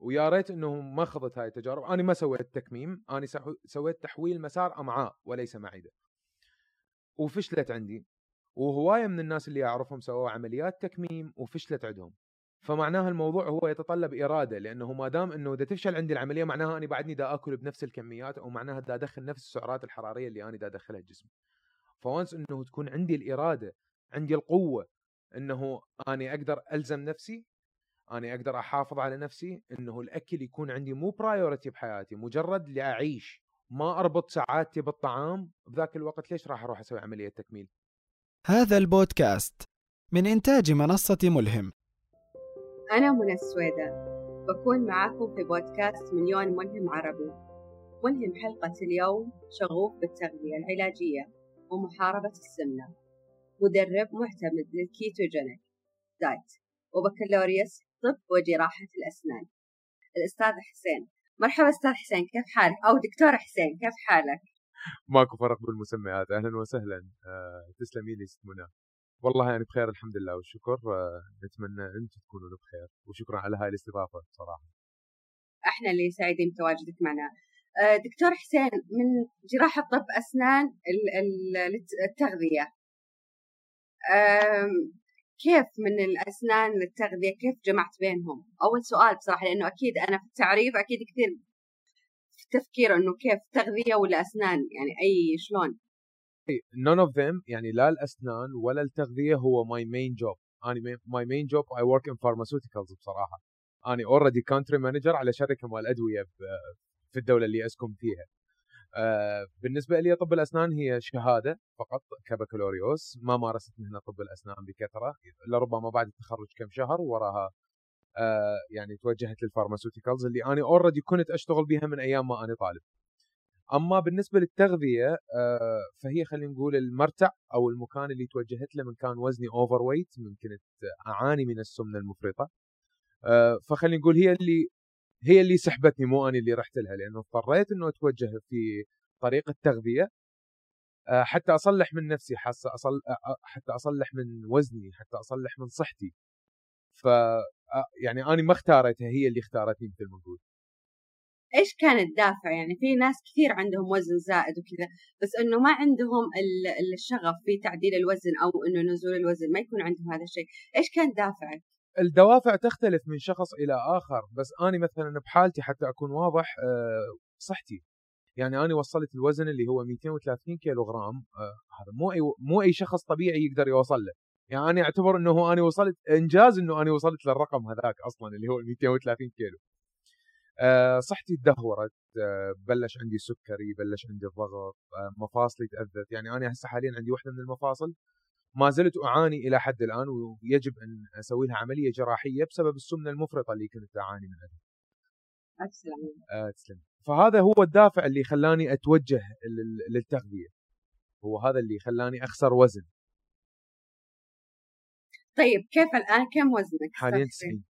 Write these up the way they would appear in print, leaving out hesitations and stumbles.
ويا ريت انه ما خضت هاي التجارب. انا ما سويت تكميم، انا سويت تحويل مسار امعاء وليس معده، وفشلت عندي. وهوايه من الناس اللي اعرفهم سووا عمليات تكميم وفشلت عندهم. فمعناها الموضوع هو يتطلب اراده، لانه ما دام انه اذا تفشل عندي العمليه معناها اني بعدني دا اكل بنفس الكميات، او معناها دا ادخل نفس السعرات الحراريه اللي انا دا ادخلها جسمي. فوانس انه تكون عندي الاراده، عندي القوه، انه اني اقدر الزم نفسي، اني اقدر احافظ على نفسي، انه الاكل يكون عندي مو برايورتي بحياتي، مجرد لاعيش، ما اربط سعادتي بالطعام، بذاك الوقت ليش راح اروح اسوي عمليه تكميل؟ هذا البودكاست من إنتاج منصة ملهم. أنا منى السويدة، بكون معاكم في بودكاست مليون ملهم عربي. ملهم حلقة اليوم شغوف بالتغذية العلاجية ومحاربة السمنة، مدرب معتمد للكيتوجينيك دايت وبكالوريوس طب وجراحة الأسنان، الأستاذ حسين. مرحبا أستاذ حسين، كيف حالك؟ أو دكتور حسين، كيف حالك؟ ماكو فرق بالمسميات. اهلا وسهلا. تسلمي لي ست منى. والله يعني بخير الحمد لله والشكر. نتمنى انتم تكونوا بخير، وشكرا على هاي الاستضافه صراحه. احنا اللي سعيدين بتواجدك معنا. دكتور حسين، من جراحة طب أسنان التغذية، كيف من الأسنان للتغذية كيف جمعت بينهم؟ أول سؤال بصراحة، لأنه أكيد أنا في التعريف أكيد كثير في تفكير إنه كيف تغذية ولا أسنان، يعني أي شلون؟ none of them، يعني لا الأسنان ولا التغذية هو my main job. أنا my main job I work in pharmaceuticals بصراحة. أنا already country manager على شركة مال أدوية في الدولة اللي أسكن فيها. بالنسبة لي طب الأسنان هي شهادة فقط كبكالوريوس، ما مارست هنا طب الأسنان بكثرة، لربما بعد التخرج كم شهر وراها يعني توجهت للفارماسيوتيكالز اللي أنا already كنت أشتغل بها من أيام ما أنا طالب. اما بالنسبه للتغذيه فهي خلينا نقول المرتع او المكان اللي توجهت له من كان وزني اوفر ويت، من كنت اعاني من السمنه المفرطه. فخلينا نقول هي اللي سحبتني، مو انا اللي رحت لها، لانه اضطريت انه اتوجه في طريق التغذيه حتى اصلح من نفسي، حتى اصلح من وزني، حتى اصلح من صحتي. ف يعني انا ما اختارتها، هي اللي اختارتني مثل ما نقول. إيش كان الدافع؟ يعني في ناس كثير عندهم وزن زائد وكذا، بس إنه ما عندهم الشغف في تعديل الوزن أو إنه نزول الوزن، ما يكون عندهم هذا الشيء. إيش كان دافعك؟ الدوافع تختلف من شخص إلى آخر، بس أنا مثلا بحالتي حتى أكون واضح صحتي، يعني أنا وصلت الوزن اللي هو 230 كيلو غرام. هذا مو أي شخص طبيعي يقدر يوصل له. يعني أنا أعتبر أنه أنا وصلت إنجاز، أنه أنا وصلت للرقم هذاك أصلا اللي هو 230 كيلو. صحتي تدهورت، بلش عندي سكري، بلش عندي الضغط، مفاصلي تأذت. يعني أنا هسه حاليا عندي واحدة من المفاصل ما زلت أعاني إلى حد الآن، ويجب أن أسوي لها عملية جراحية بسبب السمنة المفرطة اللي كنت أعاني منها. تسلم. فهذا هو الدافع اللي خلاني أتوجه للتغذية، هو هذا اللي خلاني أخسر وزن. طيب كيف الآن؟ كم وزنك؟ حاليا 90.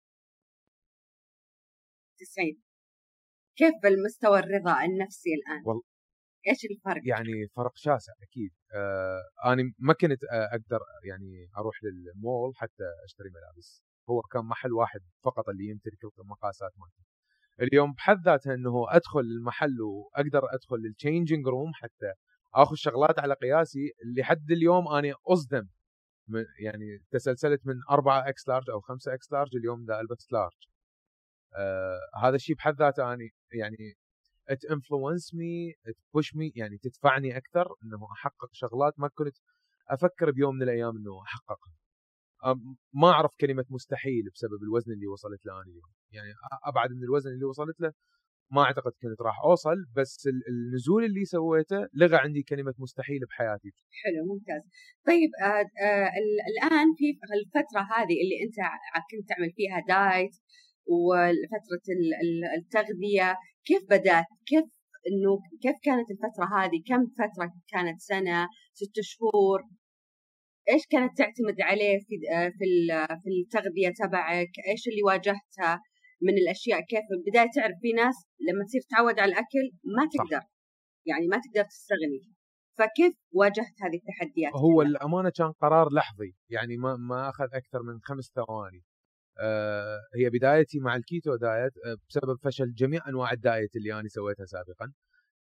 كيف بالمستوى الرضا النفسي الآن؟ ايش الفرق؟ يعني فرق شاسع اكيد. انا ما كنت اقدر يعني اروح للمول حتى اشتري ملابس، هو كان محل واحد فقط اللي يمتلك المقاسات مالته. اليوم بحد ذاتها انه ادخل المحل واقدر ادخل للتشينجينج روم حتى اخذ شغلات على قياسي، اللي حد اليوم انا اصدم يعني تسلسلت من 4 اكس لارج او 5 اكس لارج، اليوم دا البس لارج. هذا الشيء بحد ذاته اني يعني it influence me, it push me، يعني تدفعني أكثر إنه أحقق شغلات ما كنت أفكر بيوم من الأيام إنه أحققها. ما أعرف كلمة مستحيل بسبب الوزن اللي وصلت له أنا اليوم، يعني أبعد من الوزن اللي وصلت له ما أعتقد كنت راح أوصل، بس النزول اللي سويته لغى عندي كلمة مستحيل بحياتي. حلو، ممتاز. طيب الآن في الفترة هذه اللي أنت كنت تعمل فيها دايت وفترة التغذية، كيف بدأت؟ كيف كانت الفترة هذه؟ كم فترة كانت؟ سنة، 6 شهور؟ إيش كانت تعتمد عليه في التغذية تبعك؟ إيش اللي واجهتها من الأشياء؟ كيف البداية؟ تعرف في ناس لما تصير تعود على الأكل ما تقدر، يعني ما تقدر تستغني، فكيف واجهت هذه التحديات؟ هو الأمانة كان قرار لحظي، يعني ما أخذ أكثر من 5 ثواني. هي بدايتي مع الكيتو دايت بسبب فشل جميع انواع الدايت اللي انا سويتها سابقا.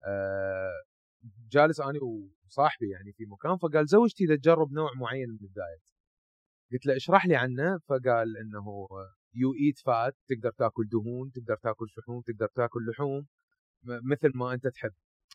جالس انا وصاحبي يعني في مكان، فقال زوجتي اذا تجرب نوع معين من الدايت. قلت له اشرح لي عنه، فقال انه يو ايت فات، تقدر تاكل دهون، تقدر تاكل شحوم، تقدر تاكل لحوم مثل ما انت تحب.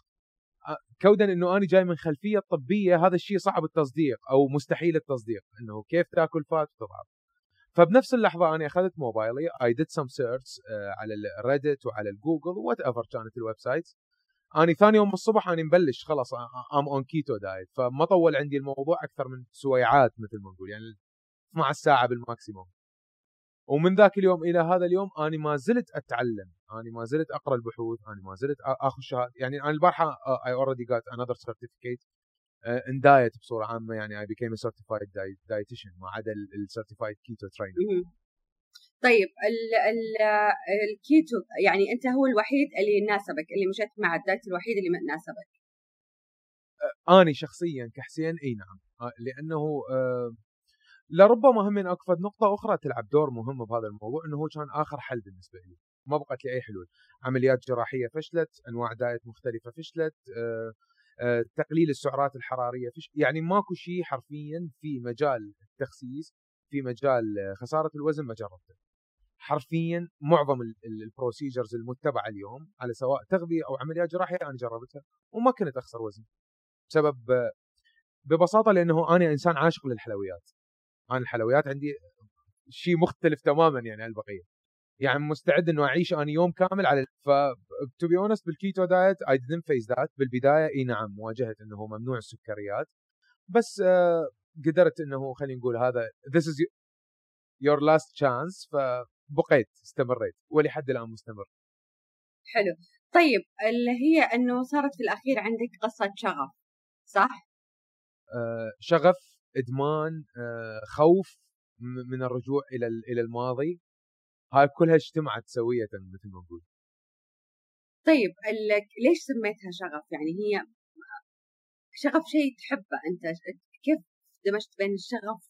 كودا انه انا جاي من خلفيه طبيه، هذا الشيء صعب التصديق او مستحيل التصديق، انه كيف تاكل فات وتضعف. فبنفس اللحظه انا اخذت موبايلي اي ديد سم سيرش على الريدت وعلى الجوجل وات ايفر كانت الويب سايت. اني ثاني يوم الصبح اني مبلش خلاص ام اون كيتو دايت، فما طول عندي الموضوع اكثر من سويعات مثل ما نقول، يعني 12 ساعه بالماكسيموم. ومن ذاك اليوم الى هذا اليوم اني ما زلت اتعلم، اني ما زلت اقرا البحوث، اني ما زلت اخذ شهاده. يعني انا البارحه اي اوريدي جات انذر سيرتيفيكيت ان دايت بصوره عامه، يعني اي بيكيم سيرتيفايد دايتيشن ما عدا السيرتيفايد كيتو ترينر. طيب الكيتو يعني انت هو الوحيد اللي ناسبك، اللي مشيت مع الدايت الوحيد اللي ناسبك؟ اني شخصيا كحسين اي نعم، لانه لربما هم من اكفد نقطه اخرى تلعب دور مهم بهذا الموضوع، انه هو كان اخر حل بالنسبه لي، ما بقت لي اي حلول. عمليات جراحيه فشلت، انواع دايت مختلفه فشلت، تقليل السعرات الحراريه يعني ماكو شيء حرفيا في مجال التخسيس، في مجال خساره الوزن ما جربته. حرفيا معظم البروسيجرز المتبعه اليوم على سواء تغذيه او عمليات جراحيه انا جربتها وما كنت اخسر وزن، بسبب ببساطه لانه انا انسان عاشق للحلويات. انا الحلويات عندي شيء مختلف تماما يعني عن البقيه، يعني مستعد انه اعيش انا يوم كامل على تو بي اونست بالكيتو دايت اي didn't face that. بالبدايه اي نعم واجهت انه ممنوع السكريات، بس قدرت انه خلينا نقول هذا this is your last chance، فبقيت استمريت ولحد الان مستمر. حلو. طيب اللي هي انه صارت في الاخير عندك قصه شغف، صح؟ شغف، ادمان، خوف من الرجوع الى الماضي، هاي كلها اجتمعت سويه مثل ما نقول. طيب ليش سميتها شغف؟ يعني هي شغف شيء تحبه انت، كيف دمجت بين الشغف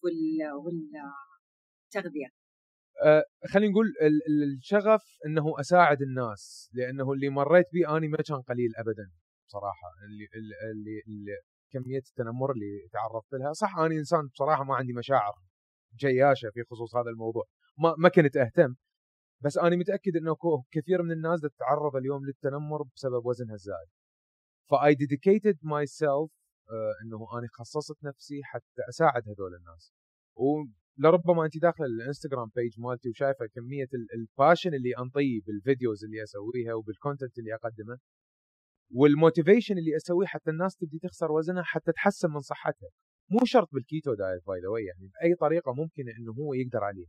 والتغذيه؟ خلينا نقول الشغف انه اساعد الناس، لانه اللي مريت به اني ما كان قليل ابدا بصراحه. اللي كميه التنمر اللي تعرضت لها، صح اني انسان بصراحه ما عندي مشاعر جياشه في خصوص هذا الموضوع، ما كنت اهتم، بس انا متاكد انه كثير من الناس تتعرض اليوم للتنمر بسبب وزنها الزايد. فاي ديديكيتد ماي سيلف، انه انا خصصت نفسي حتى اساعد هذول الناس. ولربما انت داخله الانستغرام بيج مالتي وشايفه كميه الباشن اللي انطيه بالفيديوز اللي اسويها وبالكونتنت اللي اقدمه، والموتيفيشن اللي اسويه حتى الناس تبدي تخسر وزنها حتى تحسن من صحتها. مو شرط بالكيتو دايت باي ذا واي، يعني باي طريقه ممكنه انه هو يقدر عليها.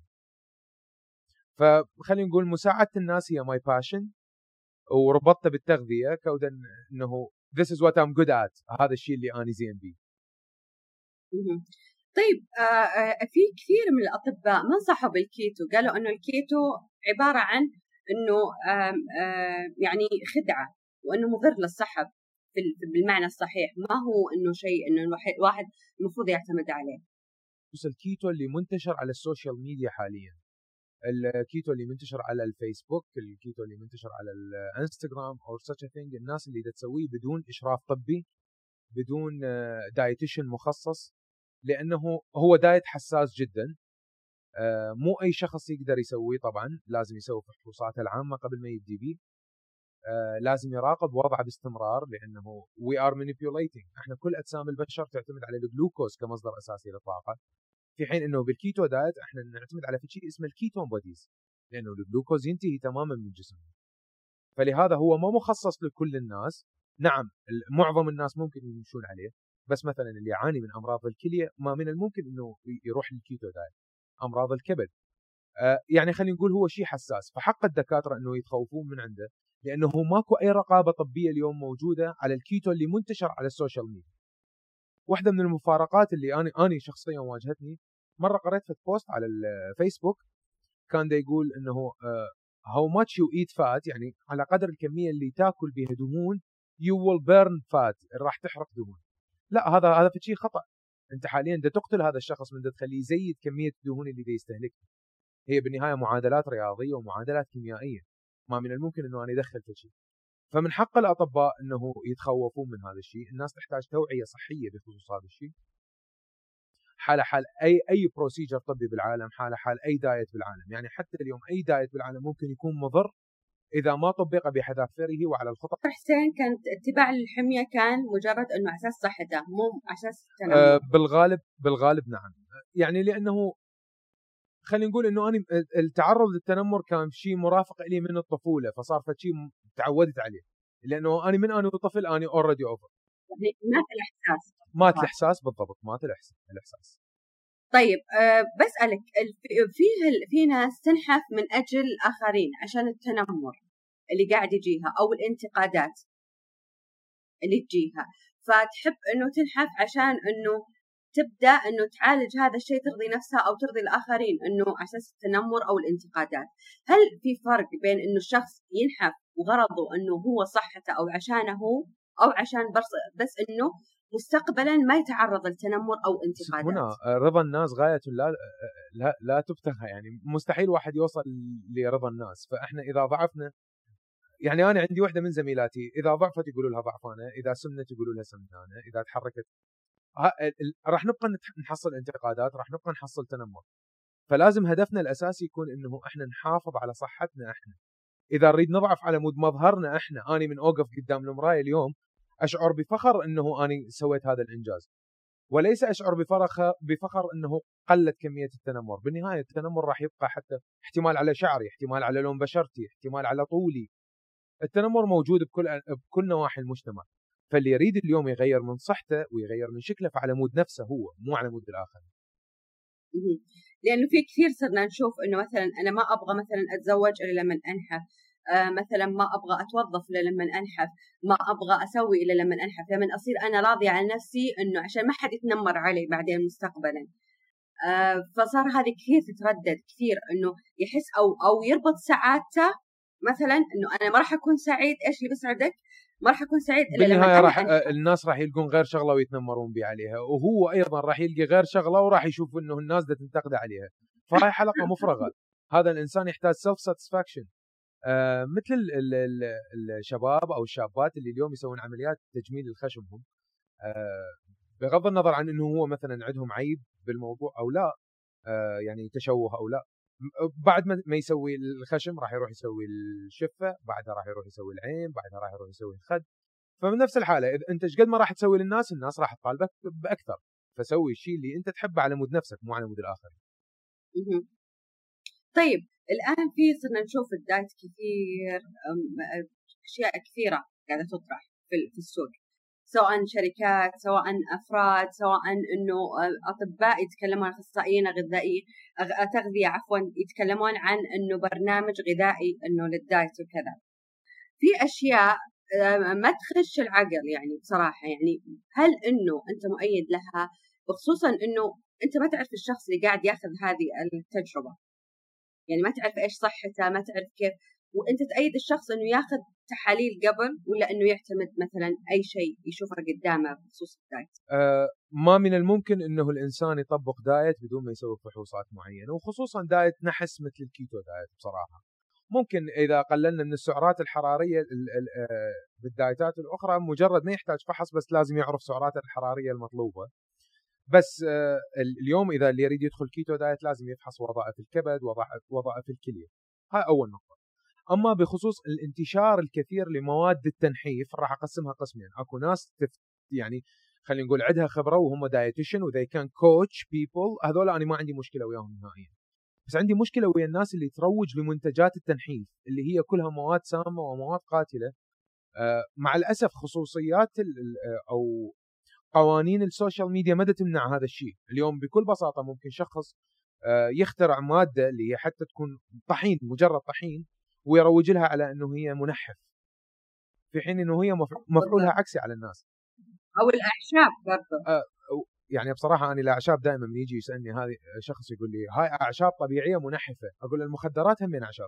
فخلينا نقول مساعده الناس هي ماي باشن، وربطته بالتغذيه كودا انه this is what I'm good at، هذا الشيء اللي انا زين بيه. طيب في كثير من الاطباء ما نصحوا بالكيتو، قالوا انه الكيتو عباره عن انه يعني خدعه، وانه مضر للصحه بالمعنى الصحيح، ما هو انه شيء انه الواحد المفروض يعتمد عليه. بس الكيتو اللي منتشر على السوشيال ميديا حاليا، الكيتو اللي منتشر على الفيسبوك، الكيتو اللي منتشر على الانستغرام او such a thing، الناس اللي تسويه بدون اشراف طبي، بدون دايتيشن مخصص، لانه هو دايت حساس جدا. مو اي شخص يقدر يسويه، طبعا لازم يسوي فحوصاته العامه قبل ما يبدي بيه. لازم يراقب وضعه باستمرار، لانه we are manipulating، احنا كل اجسام البشر تعتمد على الجلوكوز كمصدر اساسي للطاقه، في حين انه بالكيتو دايت احنا نعتمد على شيء اسمه الكيتون بوديز، لانه الجلوكوز ينتهي تماما من جسمنا. فلهذا هو ما مخصص لكل الناس. نعم معظم الناس ممكن يمشون عليه، بس مثلا اللي يعاني من امراض الكليه ما من الممكن انه يروح للكيتو دايت. امراض الكبد، يعني خلينا نقول هو شيء حساس، فحق الدكاتره انه يتخوفون من عنده، لانه ماكو اي رقابه طبيه اليوم موجوده على الكيتو اللي منتشر على السوشيال ميديا. واحده من المفارقات اللي انا شخصيا واجهتني، مره قريت في بوست على الفيسبوك كان دا يقول انه how much you eat fat، يعني على قدر الكميه اللي تاكل بها دهون you will burn fat، راح تحرق دهون. لا، هذا في شيء خطا. انت حاليا دا تقتل هذا الشخص من دا تخليه يزيد كميه الدهون اللي دا يستهلكها. هي بالنهايه معادلات رياضيه ومعادلات كيميائيه، ما من الممكن انه انا ادخل في شيء. فمن حق الاطباء انه يتخوفون من هذا الشيء. الناس تحتاج توعيه صحيه بخصوص هذا الشيء، حال اي بروسيجر طبي بالعالم، حال اي دايت بالعالم. يعني حتى اليوم اي دايت بالعالم ممكن يكون مضر اذا ما طبق بحذافيره وعلى الخطط. حسين كانت اتباع الحميه كان مجرد انه على اساس صحته مو على اساس التنمر. بالغالب نعم. يعني لانه خلينا نقول انه انا التعرض للتنمر كان شيء مرافق لي من الطفوله، فصار فشيء تعودت عليه، لانه انا من انا طفل انا اوريدي اوفر. يعني مات الاحساس. مات الاحساس بالضبط، مات الاحساس. طيب بسألك في ناس تنحف من أجل الآخرين عشان التنمر اللي قاعد يجيها أو الانتقادات اللي تجيها، فتحب إنه تنحف عشان إنه تبدأ إنه تعالج هذا الشيء، ترضي نفسها أو ترضي الآخرين إنه على أساس التنمر أو الانتقادات. هل في فرق بين إنه الشخص ينحف وغرضه إنه هو صحته أو عشانه هو، أو عشان بس إنه مستقبلا ما يتعرض للتنمر او انتقادات؟ هنا رضا الناس غاية لا تبتغى، يعني مستحيل واحد يوصل لرضا الناس. فاحنا اذا ضعفنا، يعني انا عندي واحده من زميلاتي اذا ضعفت يقولوا لها ضعفانه، اذا سمنت يقولوا لها سمنانه، اذا تحركت راح نبقى نحصل انتقادات، راح نبقى نحصل تنمر. فلازم هدفنا الاساسي يكون انه احنا نحافظ على صحتنا احنا. اذا نريد نضعف على مود مظهرنا احنا، اني من اوقف قدام المرايه اليوم اشعر بفخر انه اني سويت هذا الانجاز، وليس اشعر بفخر انه قلت كميه التنمر. بالنهايه التنمر راح يبقى، حتى احتمال على شعري، احتمال على لون بشرتي، احتمال على طولي. التنمر موجود بكل نواحي المجتمع. فاللي يريد اليوم يغير من صحته ويغير من شكله فعلى مود نفسه هو، مو على مود الاخر. لانه في كثير صرنا نشوف انه مثلا انا ما ابغى مثلا اتزوج الا لما انحف، مثلا ما ابغى اتوظف الا لما انحف، ما ابغى اسوي الا لما انحف، لما اصير انا راضيه عن نفسي انه عشان ما حد يتنمر علي بعدين مستقبلا. فصار هذه كثير تتردد كثير انه يحس او يربط سعادته مثلا انه انا ما راح اكون سعيد. ايش اللي بيسعدك؟ ما راح اكون سعيد الا لما راح الناس راح يلقون غير شغله ويتنمرون بي عليها، وهو ايضا راح يلقي غير شغله وراح يشوف انه الناس دا تنتقد عليها. فهاي حلقه مفرغه. هذا الانسان يحتاج سيلف ساتسفاكشن. مثل الشباب او الشابات اللي اليوم يسوون عمليات تجميل لخشمهم، بغض النظر عن انه هو مثلا عندهم عيب بالموضوع او لا، يعني تشوه او لا، بعد ما يسوي الخشم راح يروح يسوي الشفه، بعدها راح يروح يسوي العين، بعدها راح يروح يسوي الخد. فمن نفس الحاله اذا انت ايش قد ما راح تسوي للناس، الناس راح تطالبك باكثر. فسوي الشيء اللي انت تحبه على مود نفسك، مو على مود الاخرين. طيب الان في صرنا نشوف الدايت كثير، اشياء كثيره قاعده تطرح في السوق، سواء شركات، سواء افراد، سواء انه اطباء يتكلمون، اخصائيين غذائيين تغذيه عفوا يتكلمون عن انه برنامج غذائي انه للدايت وكذا. في اشياء ما تخش العقل يعني بصراحه. يعني هل انه انت مؤيد لها، بخصوصا انه انت ما تعرف الشخص اللي قاعد ياخذ هذه التجربه، يعني ما تعرف ايش صحته، ما تعرف كيف، وانت تأيد الشخص انه ياخذ تحاليل قبل ولا انه يعتمد مثلا اي شيء يشوفه قدامه بخصوص الدايت؟ ما من الممكن انه الانسان يطبق دايت بدون ما يسوي فحوصات معينه، وخصوصا دايت نحس مثل الكيتو دايت. بصراحه ممكن اذا قللنا من السعرات الحراريه بالدايتات الاخرى مجرد ما يحتاج فحص، بس لازم يعرف سعراته الحراريه المطلوبه. بس اليوم اذا اللي يريد يدخل كيتو دايت لازم يفحص وظائف الكبد، وظائف الكليه. هاي اول نقطه. اما بخصوص الانتشار الكثير لمواد التنحيف، راح اقسمها قسمين. اكو ناس يعني خلينا نقول عندها خبره وهم دايتيشن وذي كان كوتش بيبل، هذول انا ما عندي مشكله وياهم نهائيا. بس عندي مشكله ويا الناس اللي تروج لمنتجات التنحيف اللي هي كلها مواد سامه ومواد قاتله. مع الاسف خصوصيات او قوانين السوشيال ميديا ما تمنع هذا الشيء. اليوم بكل بساطه ممكن شخص يخترع ماده اللي هي حتى تكون طحين، مجرد طحين، ويروج لها على انه هي منحف، في حين انه هي مفعولها عكسي على الناس. او الاعشاب برضه. يعني بصراحه انا الاعشاب دائما من يجي يسالني، هذه شخص يقول لي هاي اعشاب طبيعيه منحفه، اقول له المخدرات هم من اعشاب.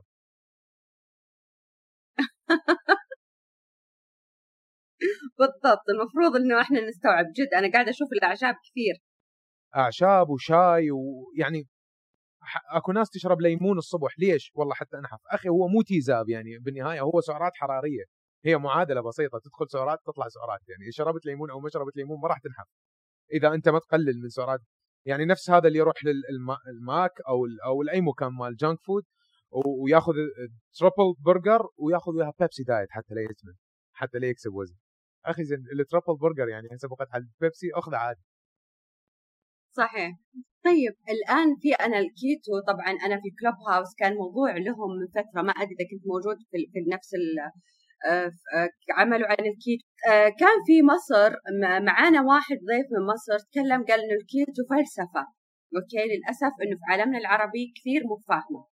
بالضبط. المفروض انه احنا نستوعب جد. انا قاعده اشوف الاعشاب كثير، اعشاب وشاي، ويعني اكو ناس تشرب ليمون الصبح، ليش؟ والله حتى انحف. اخي هو مو تيزاب، يعني بالنهايه هو سعرات حراريه، هي معادله بسيطه، تدخل سعرات تطلع سعرات. يعني شربت ليمون او ما شربت ليمون ما راح تنحف اذا انت ما تقلل من سعرات. يعني نفس هذا اللي يروح للماك او لاي مكان مال جانك فود وياخذ تربل برجر وياخذ وياها بيبسي دايت حتى لا يسمن، حتى لا يكسب وزن. اخي زين التربل برجر يعني هسه بقت على البيبسي اخذ عادي. صحيح. طيب الان في انا الكيتو، طبعا انا في كلوب هاوس كان موضوع لهم من فتره، ما ادري اذا كنت موجود في نفس عملوا عن الكيتو. كان في مصر معانا واحد ضيف من مصر تكلم، قال انه الكيتو فلسفه. اوكي، للاسف انه في عالمنا العربي كثير مو فاهمه.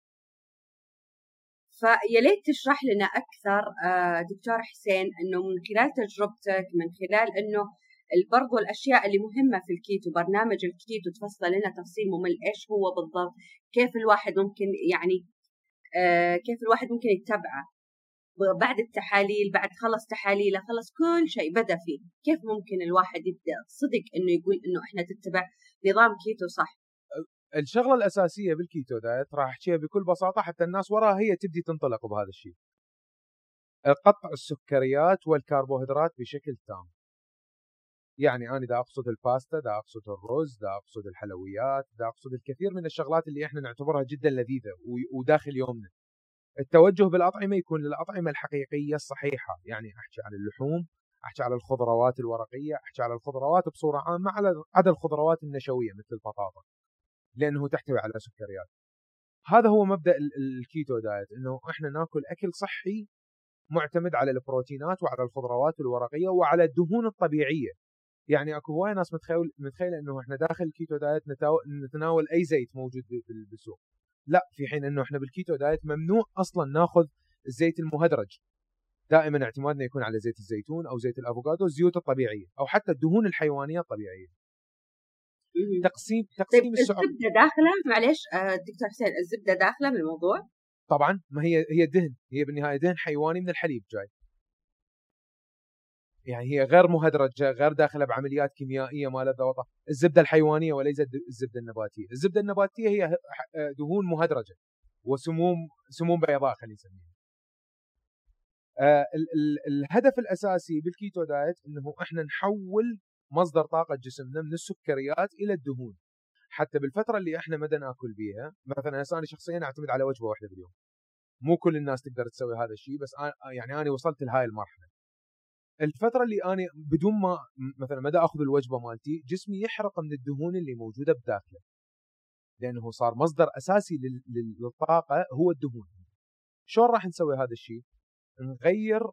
فيا ليت تشرح لنا اكثر دكتور حسين، انه من خلال تجربتك، من خلال انه برضو الاشياء اللي مهمه في الكيتو، برنامج الكيتو تفصل لنا تفصيل ممل ايش هو بالضبط، كيف الواحد ممكن يعني كيف الواحد ممكن يتبعه بعد التحاليل، بعد خلص تحاليله، خلص كل شيء بدأ فيه، كيف ممكن الواحد يبدأ صدق انه يقول انه احنا تتبع نظام كيتو صح؟ الشغله الاساسيه بالكيتو دايت راح احكيها بكل بساطه حتى الناس وراها هي تبدي تنطلق بهذا الشيء. قطع السكريات والكربوهيدرات بشكل تام. يعني انا دا اقصد الباستا، دا اقصد الرز، دا اقصد الحلويات، دا اقصد الكثير من الشغلات اللي احنا نعتبرها جدا لذيذه وداخل يومنا. التوجه بالاطعمه يكون للاطعمه الحقيقيه الصحيحه، يعني احكي عن اللحوم، احكي على الخضروات الورقيه، احكي على الخضروات بصوره عامه، على عدا الخضروات النشويه مثل البطاطا لانه تحتوي على سكريات. هذا هو مبدا الكيتو دايت، انه احنا ناكل اكل صحي معتمد على البروتينات وعلى الخضروات الورقيه وعلى الدهون الطبيعيه. يعني اكو هواي ناس متخيله انه احنا داخل الكيتو دايت نتناول اي زيت موجود بالسوق. لا، في حين انه احنا بالكيتو دايت ممنوع اصلا ناخذ الزيت المهدرج. دائما اعتمادنا يكون على زيت الزيتون او زيت الافوكادو، الزيوت الطبيعيه او حتى الدهون الحيوانيه الطبيعيه. تقسيم طيب السعر. الزبده داخله، معلش دكتور حسين، الزبده داخله من الموضوع؟ طبعا، ما هي دهن، هي بالنهايه دهن حيواني من الحليب جاي. يعني هي غير مهدرجه، غير داخله بعمليات كيميائيه ما لها وطأ. الزبده الحيوانيه وليس الزبده النباتيه. الزبده النباتيه هي دهون مهدرجه سموم بيضاء خلينا نسميها. الهدف الاساسي بالكيتو دايت انه احنا نحول مصدر طاقه جسمنا من السكريات الى الدهون. حتى بالفتره اللي احنا ما ناكل بيها، مثلا انا شخصيا اعتمد على وجبه واحده باليوم. مو كل الناس تقدر تسوي هذا الشيء، بس يعني انا وصلت لهاي المرحله. الفتره اللي انا بدون ما مثلا ما اخذ الوجبه مالتي، جسمي يحرق من الدهون اللي موجوده بداخله، لانه صار مصدر اساسي للطاقه هو الدهون. شلون راح نسوي هذا الشيء؟ نغير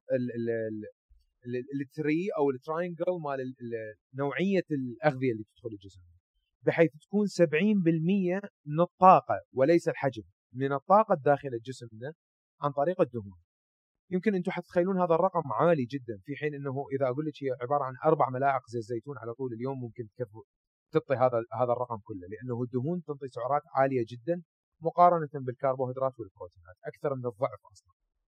التري او التراينجل مال نوعيه الاغذيه اللي تدخل الجسم، بحيث تكون 70% من الطاقه وليس الحجم من الطاقه داخل جسمنا عن طريق الدهون. يمكن انتم حتتخيلون هذا الرقم عالي جدا، في حين انه اذا اقول لك هي عباره عن 4 ملاعق زيت زيتون على طول اليوم ممكن تكفي تعطي هذا الرقم كله، لانه الدهون تنطي سعرات عاليه جدا مقارنه بالكربوهيدرات والبروتينات، اكثر من الضعف اصلا.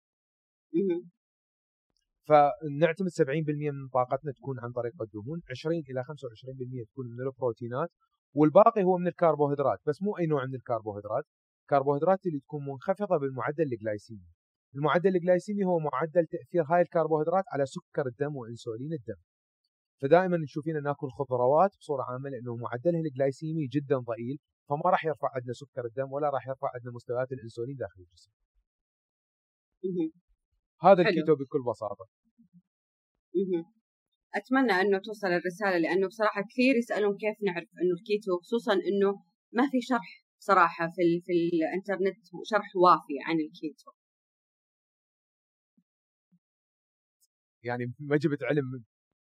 فنعتمد 70% من طاقتنا تكون عن طريق الدهون، 20 الى 25% تكون من البروتينات، والباقي هو من الكربوهيدرات، بس مو اي نوع من الكربوهيدرات. الكربوهيدرات اللي تكون منخفضه بالمعدل الجلايسيمي. المعدل الجلايسيمي هو معدل تاثير هاي الكربوهيدرات على سكر الدم وانسولين الدم. فدائما نشوفين ناكل خضروات بصوره عامه لانه معدلها الجلايسيمي جدا ضئيل، فما راح يرفع عندنا سكر الدم ولا راح يرفع عندنا مستويات الانسولين داخل الجسم. هذا الكيتو بكل بساطه. اتمنى انه توصل الرساله، لانه بصراحه كثير يسالون كيف نعرف انه الكيتو، خصوصا انه ما في شرح صراحه في الانترنت، شرح وافي عن الكيتو. يعني ما جبت علم.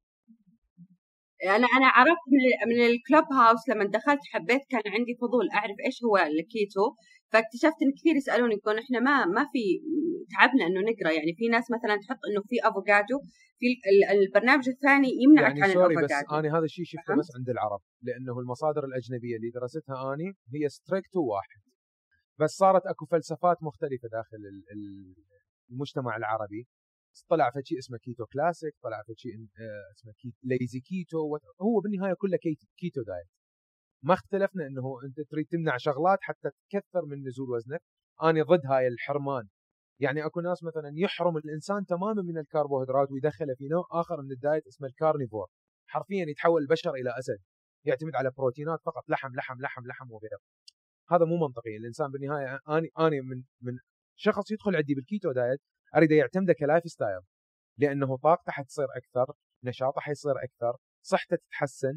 انا عرفت من الكلوب هاوس لما دخلت، حبيت، كان عندي فضول اعرف ايش هو الكيتو، فاكتشفت ان كثير يسالون يقولون احنا ما في تعبنا انه نقرا. يعني في ناس مثلا تحط انه في افوكادو، في البرنامج الثاني يمنعك يعني عن سوري، الافوكادو. بس انا هذا الشيء شفته بس عند العرب، لانه المصادر الاجنبيه اللي درستها اني هي ستريكت واحد، بس صارت اكو فلسفات مختلفه داخل المجتمع العربي. طلع في شيء اسمه كيتو كلاسيك، طلع في شيء اسمه ليزي كيتو، هو بالنهايه كله كيتو دايت. ما اختلفنا انه انت تريد تمنع شغلات حتى تكثر من نزول وزنك. انا ضد هاي الحرمان. يعني اكو ناس مثلا يحرم الانسان تماما من الكربوهيدرات ويدخله في نوع اخر من الدايت اسمه الكارنيفور، حرفيا يتحول البشر الى اسد، يعتمد على بروتينات فقط، لحم لحم لحم لحم وغيره. هذا مو منطقي. الانسان بالنهايه اني من شخص يدخل عندي بالكيتو دايت اريد يعتمده كلايف ستايل، لانه طاقته حتصير اكثر، نشاطه حيصير اكثر، صحته تتحسن.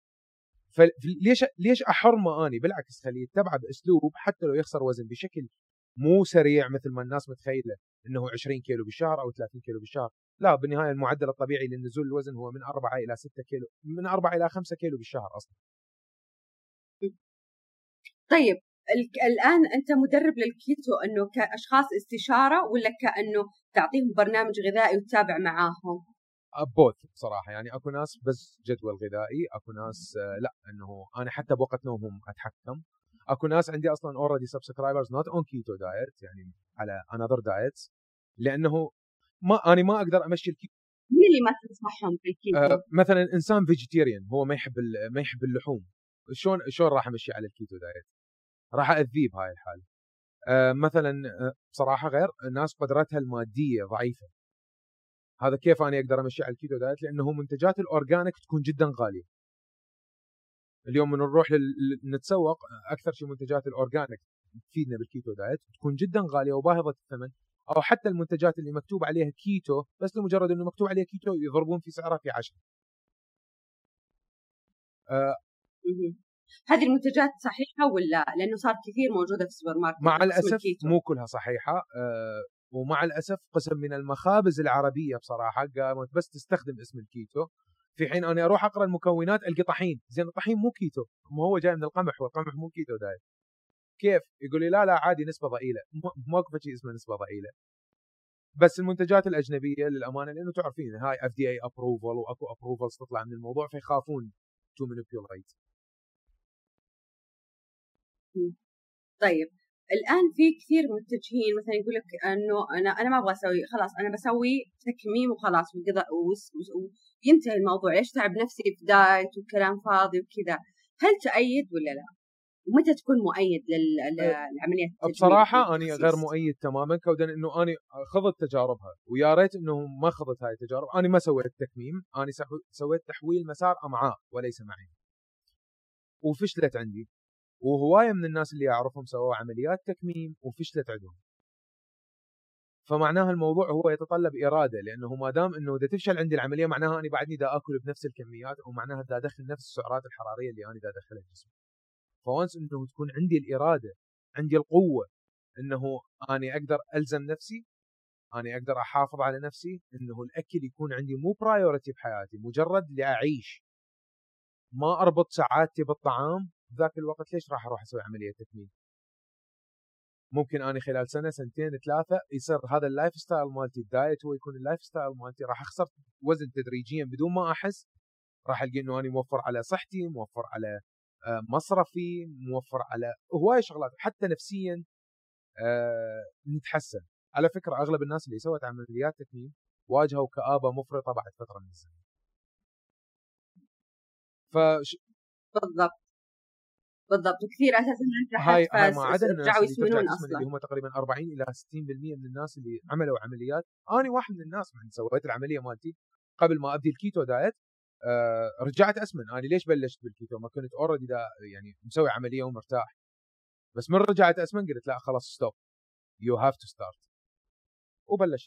فليش احرمه؟ اني بالعكس خليه يتبعه باسلوب حتى لو يخسر وزن بشكل مو سريع مثل ما الناس متخيله انه 20 كيلو بالشهر او 30 كيلو بالشهر. لا، بالنهايه المعدل الطبيعي للنزول الوزن هو من 4 الى 6 كيلو، من 4 الى 5 كيلو بالشهر اصلا. طيب الآن أنت مدرب للكيتو أنه كأشخاص استشارة ولا كأنه تعطيهم برنامج غذائي وتتابع معاهم؟ بوث بصراحه. يعني اكو ناس بس جدول غذائي، اكو ناس لا انه انا حتى بوقت نومهم اتحكم. اكو ناس عندي اصلا اوريدي سبسكرايبرز نوت اون كيتو دايت، يعني على انذر دايتس، لانه انا ما اقدر امشي الكيتو. مين اللي ما تنصحهم بالكيتو؟ مثلا انسان فيجيتيريان هو ما يحب اللحوم، شلون راح امشي على الكيتو دايت؟ راح اذيه بهاي الحاله. مثلا بصراحه غير ناس قدرتها الماديه ضعيفه، هذا كيف انا اقدر امشي على الكيتو دايت؟ لانه منتجات الاورجانيك تكون جدا غاليه. اليوم من نروح نتسوق، اكثر شيء منتجات الاورجانيك تفيدنا بالكيتو دايت تكون جدا غاليه وباهظه الثمن، او حتى المنتجات اللي مكتوب عليها كيتو بس لمجرد انه مكتوب عليها كيتو يضربون في سعرها في 10. هذه المنتجات صحيحة ولا؟ لأنه صار كثير موجودة في السوبر ماركت. مع الأسف مو كلها صحيحة. ومع الأسف قسم من المخابز العربية بصراحة قامت بس تستخدم اسم الكيتو، في حين أنا أروح أقرأ المكونات ألقى طحين. زين الطحين مو كيتو، ما هو جاي من القمح، والقمح مو كيتو دايت. كيف؟ يقول لي لا عادي نسبة ضئيلة. ماكو شيء اسمه نسبة ضئيلة. بس المنتجات الأجنبية للأمانة، لأنه تعرفين هاي FDA approval وأكو approvals تطلع من الموضوع، فيخافون to manipulate. طيب الآن في كثير متجهين مثلا يقول لك إنه أنا ما أبغى أسوي، خلاص أنا بسوي تكميم وخلاص وينتهي الموضوع، ليش تعب نفسي في دايت وكلام فاضي وكذا؟ هل تؤيد ولا لا؟ ومتى تكون مؤيد للعملية التجميل؟ بصراحة أنا غير مؤيد تماما، كودا إنه أنا خضت تجاربها، ويا ريت إنه ما خضت هاي التجارب. أنا ما سويت تكميم، أنا سويت تحويل مسار أمعاء وليس معين، وفشلت عندي. وهواية من الناس اللي أعرفهم سووا عمليات تكميم وفشلت عندهم. فمعناها الموضوع هو يتطلب إرادة، لأنه ما دام إنه إذا تفشل عندي العملية معناها أنا بعدني دا أكل بنفس الكميات، أو معناها دا أدخل نفس السعرات الحرارية اللي أنا دا أدخلها جسمي. فوانس إنه تكون عندي الإرادة، عندي القوة، إنه أنا أقدر ألزم نفسي، أنا أقدر أحافظ على نفسي، إنه الأكل يكون عندي مو برايورتي بحياتي، مجرد لأعيش، ما أربط سعادتي بالطعام. ذاك الوقت ليش راح أروح أسوي عملية تكميم؟ ممكن أنا خلال سنة سنتين ثلاثة يصير هذا اللايف ستايل مالتي، الدايت هو يكون اللايف ستايل مالتي، راح أخسر وزن تدريجيا بدون ما أحس. راح ألقى إنه أنا موفر على صحتي، موفر على مصرفي، موفر على هواية شغلات، حتى نفسيا نتحسن. على فكرة أغلب الناس اللي سوت عمليات تكميم واجهوا كآبة مفرطة بعد فترة من الزمن. بالضبط. وكثير اساسا هاي ما عدا الناس رجعوا اللي ترجع يسمنون اصلا، اللي هم تقريبا 40 الى 60% من الناس اللي عملوا عمليات. انا واحد من الناس من سويت العمليه مالتي قبل ما ابدي الكيتو دايت. رجعت اسمن. انا ليش بلشت بالكيتو؟ ما كنت اوريدي يعني مسوي عمليه ومرتاح، بس من رجعت اسمن قلت لا خلاص ستوب، يو هاف تو ستارت، وبلشت.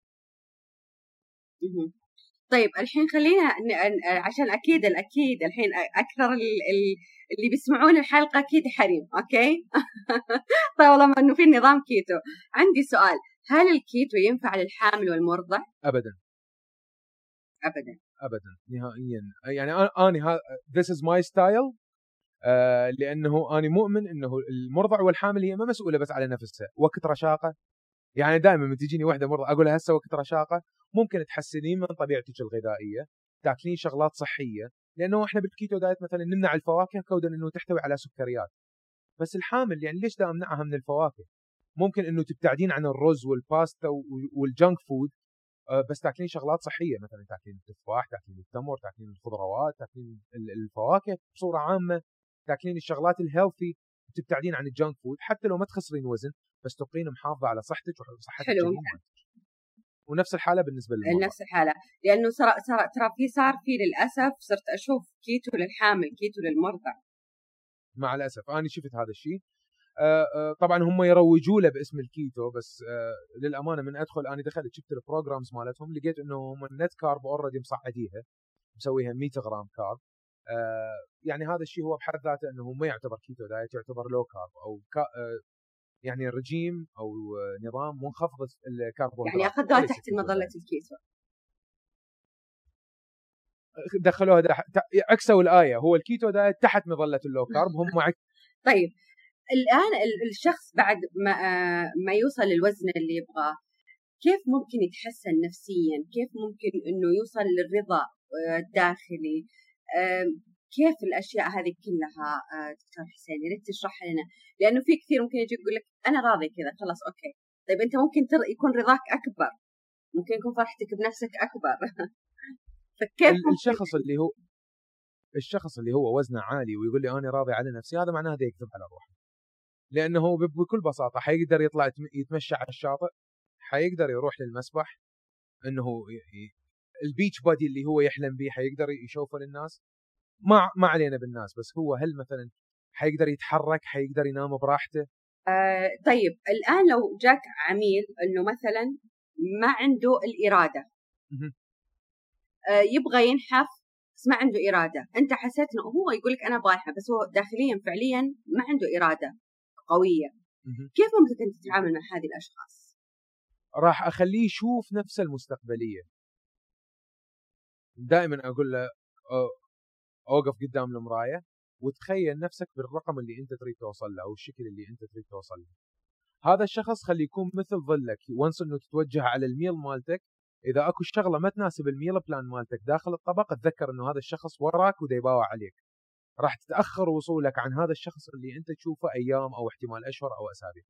طيب الحين خلينا عشان اكيد الحين اكثر اللي بيسمعون الحلقه اكيد حريم، اوكي؟ طالما انه في نظام كيتو، عندي سؤال، هل الكيتو ينفع للحامل والمرضع؟ ابدا ابدا ابدا نهائيا. يعني انا this is my style. لانه انا مؤمن انه المرضع والحامل هي ما مسؤوله بس على نفسها. وقت رشاقه، يعني دائما من تجيني وحده مرضى اقول لها هسه وقت رشاقه، ممكن تحسنين من طبيعتك الغذائيه، تاكلين شغلات صحيه، لانه احنا بالكيتو دايت مثلا نمنع الفواكه كودا انه تحتوي على سكريات. بس الحامل يعني ليش دا امنعها من الفواكه؟ ممكن انه تبتعدين عن الرز والباستا والجنك فود، بس تاكلين شغلات صحيه، مثلا تاكلين التفاح، تاكلين التمر، تاكلين الخضروات، تاكلين الفواكه بصوره عامه. تاكلين الشغلات الهيلثي، تبتعدين عن الجانك فود، حتى لو ما تخسرين وزن بس تبقين محافظه على صحتك وصحه الجنين. ونفس الحاله بالنسبه للمرضى. نفس الحاله، لانه ترى صار في للاسف صرت اشوف كيتو للحامل، كيتو للمرضع. مع الاسف انا شفت هذا الشيء. طبعا هم يروجوا له باسم الكيتو، بس للامانه من ادخل انا دخلت شفت البروجرامز مالتهم، لقيت انه هم النت كارب اوريدي مصعديها، مسويها 100 غرام كارب. يعني هذا الشيء هو بحد ذاته انه ما يعتبر كيتو دايت، يعتبر لو كارب او يعني رجيم او نظام منخفض الكربوهيدرات. يعني اخذوها تحت مظله الكيتو، دخلوها عكسوا الايه، هو الكيتو دايت تحت مظله اللو كارب، هم طيب الان الشخص بعد ما يوصل للوزن اللي يبغاه، كيف ممكن يتحسن نفسيا؟ كيف ممكن انه يوصل للرضا الداخلي؟ كيف الاشياء هذه كلها دكتور حسين يا ريت تشرحها لنا، لانه في كثير ممكن يجي يقول لك انا راضي كذا خلاص اوكي. طيب انت ممكن يكون رضاك اكبر، ممكن يكون فرحتك بنفسك اكبر. فكيف الشخص اللي هو وزنه عالي ويقول لي انا راضي على نفسي، هذا معناه هذا يكذب على روحه. لانه بكل بساطه حيقدر يطلع يتمشى على الشاطئ، حيقدر يروح للمسبح، انه البيتش بادي اللي هو يحلم به حيقدر يشوفه للناس. ما علينا بالناس، بس هو هل مثلا حيقدر يتحرك، حيقدر ينام براحته؟ طيب الان لو جاك عميل انه مثلا ما عنده الاراده، يبغى ينحف بس ما عنده اراده، انت حسيت انه هو يقول لك انا ابغى انحف بس هو داخليا فعليا ما عنده اراده قويه، كيف ممكن انت تتعامل مع هذه الاشخاص؟ راح اخليه يشوف نفسه المستقبليه. دائما اقول له اوقف قدام المرايه وتخيل نفسك بالرقم اللي انت تريد توصل له او الشكل اللي انت تريد توصل له. هذا الشخص خليه يكون مثل ظلك، وانس انه تتوجه على الميل مالتك، اذا اكو شغله ما تناسب الميل بلان مالتك داخل الطبق، اتذكر انه هذا الشخص وراك ودا يباوع عليك. راح تتاخر وصولك عن هذا الشخص اللي انت تشوفه ايام او احتمال اشهر او اسابيع.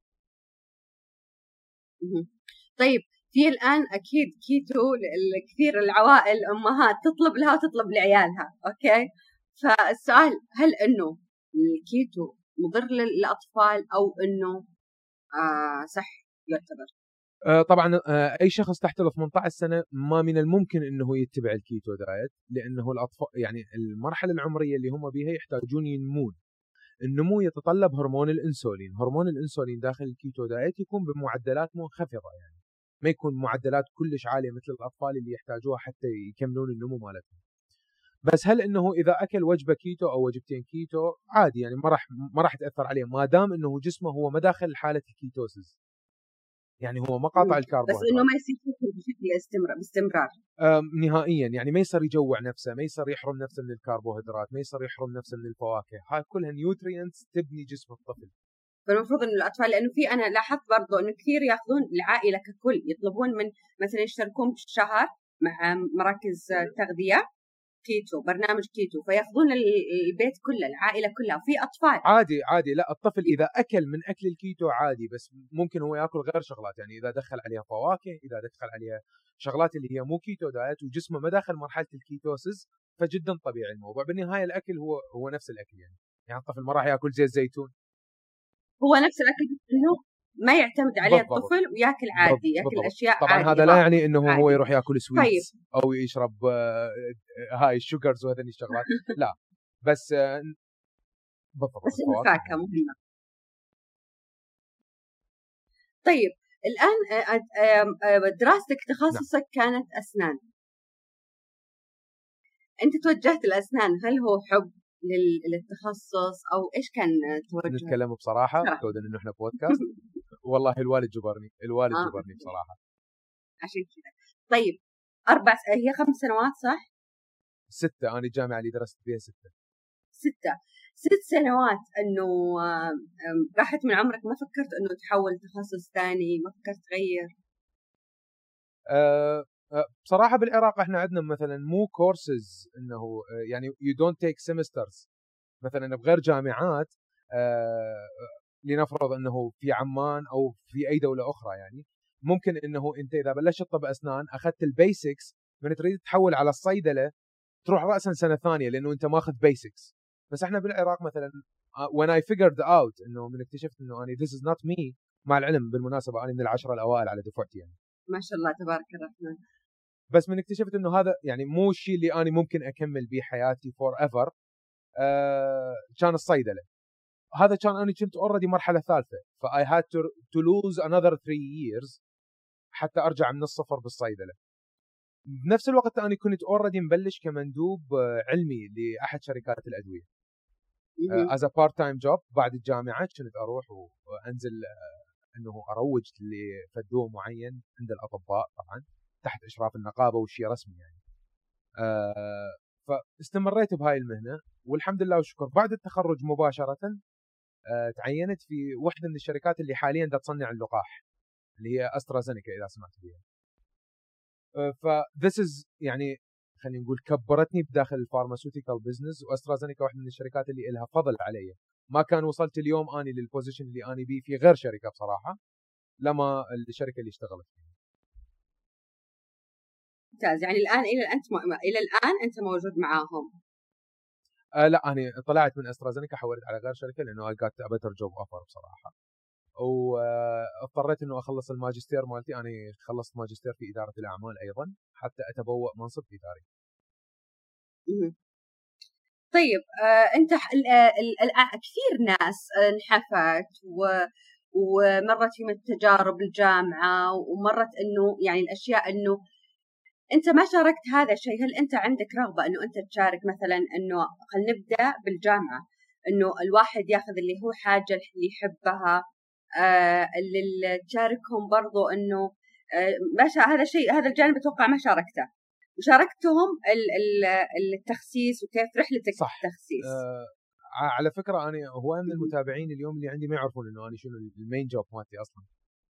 طيب في الان اكيد كيتو كثير العوائل امهات تطلب لها وتطلب لعيالها، اوكي؟ فالسؤال هل انه الكيتو مضر للاطفال او انه صح يعتبر؟ طبعا اي شخص تحت ال 18 سنه ما من الممكن انه يتبع الكيتو دايت، لانه الاطفال يعني المرحله العمريه اللي هم بها يحتاجون ينمون. النمو يتطلب هرمون الانسولين، هرمون الانسولين داخل الكيتو دايت يكون بمعدلات منخفضه، يعني ما يكون معدلات كلش عاليه مثل الاطفال اللي يحتاجوها حتى يكملون النمو مالتهم. بس هل انه اذا اكل وجبه كيتو او وجبتين كيتو عادي، يعني ما راح تاثر عليه ما دام انه جسمه هو ما داخل حاله الكيتوسيس، يعني هو ما قاطع الكربوهيدرات، بس انه ما يصير بشكل باستمرار نهائيا، يعني ما يصير يجوع نفسه، ما يصير يحرم نفسه من الكربوهيدرات، ما يصير يحرم نفسه من الفواكه، هاي كلها نيوترينتس تبني جسم الطفل. فالمفروض انه الاطفال، لانه في انا لاحظت برضه انه كثير ياخذون العائله ككل، يطلبون من مثلا يشتركون بالشهر مع مراكز تغذيه كيتو، برنامج كيتو، فياخذون البيت كله العائله كلها، وفي اطفال عادي لا الطفل اذا اكل من اكل الكيتو عادي، بس ممكن هو ياكل غير شغلات، يعني اذا دخل عليها فواكه، اذا دخل عليها شغلات اللي هي مو كيتو دايت وجسمه ما داخل مرحله الكيتوسيس، فجدا طبيعي الموضوع. بالنهايه الاكل هو نفس الاكل، يعني الطفل ما راح ياكل زيت زيتون، هو نفس الاكل انه ما يعتمد عليه بالضبط. الطفل وياكل عادي، ياكل اشياء طبعا عادي. هذا لا يعني انه عادي. هو يروح ياكل سويتس طيب. او يشرب هاي الشوجرز وهذني الشغلات، لا بس بالضبط بس الفاكهه مهمه. طيب الان دراستك تخصصك كانت اسنان، انت توجهت الاسنان، هل هو حب للتخصص او ايش كان توجهك؟ نتكلم بصراحه كون انه احنا بودكاست. والله الوالد جبرني جبرني بصراحه. عشان كذا. طيب هي 5 سنوات صح؟ 6. انا الجامعه اللي درست فيها 6 سنوات. انه راحت من عمرك، ما فكرت انه تحول تخصص ثاني؟ ما فكرت تغير؟ بصراحه بالعراق احنا عندنا مثلا مو كورسز، انه يعني you don't take semesters مثلا بغير جامعات. لنفرض انه في عمان او في اي دوله اخرى، يعني ممكن انه انت اذا بلشت طب اسنان اخذت البيسكس، من تريد تحول على الصيدله تروح راسا سنه ثانيه، لانه انت ماخذ بيسكس. بس احنا بالعراق مثلا when I figured out انه من اكتشفت انه اني this is not me، مع العلم بالمناسبه انا من العشرة الاوائل على دفعتي يعني ما شاء الله تبارك الرحمن. بس من اكتشفت انه هذا يعني مو الشيء اللي انا ممكن اكمل به حياتي forever. كان الصيدله هذا كان انا كنت اوريدي مرحله ثالثه ف I had to lose another 3 years حتى ارجع من الصفر بالصيدله. بنفس الوقت انا كنت اوريدي مبلش كمندوب علمي لاحد شركات الادويه as a part time job. بعد الجامعه كنت اروح وانزل انه اروج لفدوه معين عند الاطباء طبعا تحت اشراف النقابه والشيء رسمي يعني. فاستمريت بهاي المهنه والحمد لله والشكر. بعد التخرج مباشره تعينت في واحده من الشركات اللي حاليا دا تصنع اللقاح اللي هي استرازينيكا اذا سمعت بها. ف this is يعني خلينا نقول كبرتني بداخل الفارماسيوتيكال بزنس. واسترازينيكا واحده من الشركات اللي لها فضل علي. ما كان وصلت اليوم اني للبوزيشن اللي اني بيه في غير شركه بصراحه لما الشركه اللي اشتغلت فيها. ممتاز. يعني الان الى الان انت موجود معاهم؟ لا انا طلعت من استرازينيكا حولت على غير شركه لانه I got a better job offer بصراحه. واضطريت انه اخلص الماجستير مالتي. انا خلصت ماجستير في اداره الاعمال ايضا حتى اتبوأ منصب اداري. طيب انت كثير ناس انحفت ومرت في تجارب الجامعه ومرت انه يعني الاشياء انه انت ما شاركت هذا الشيء. هل انت عندك رغبه انه انت تشارك مثلا انه خلينا نبدا بالجامعه انه الواحد ياخذ اللي هو حاجه اللي يحبها اللي تشاركهم برضو انه هذا الشيء هذا الجانب اتوقع ما شاركته وشاركتهم التخسيس وكيف رحلتك في التخسيس. على فكره انا هو من المتابعين اليوم اللي عندي ما يعرفون انه انا شنو المين جوب مالتي اصلا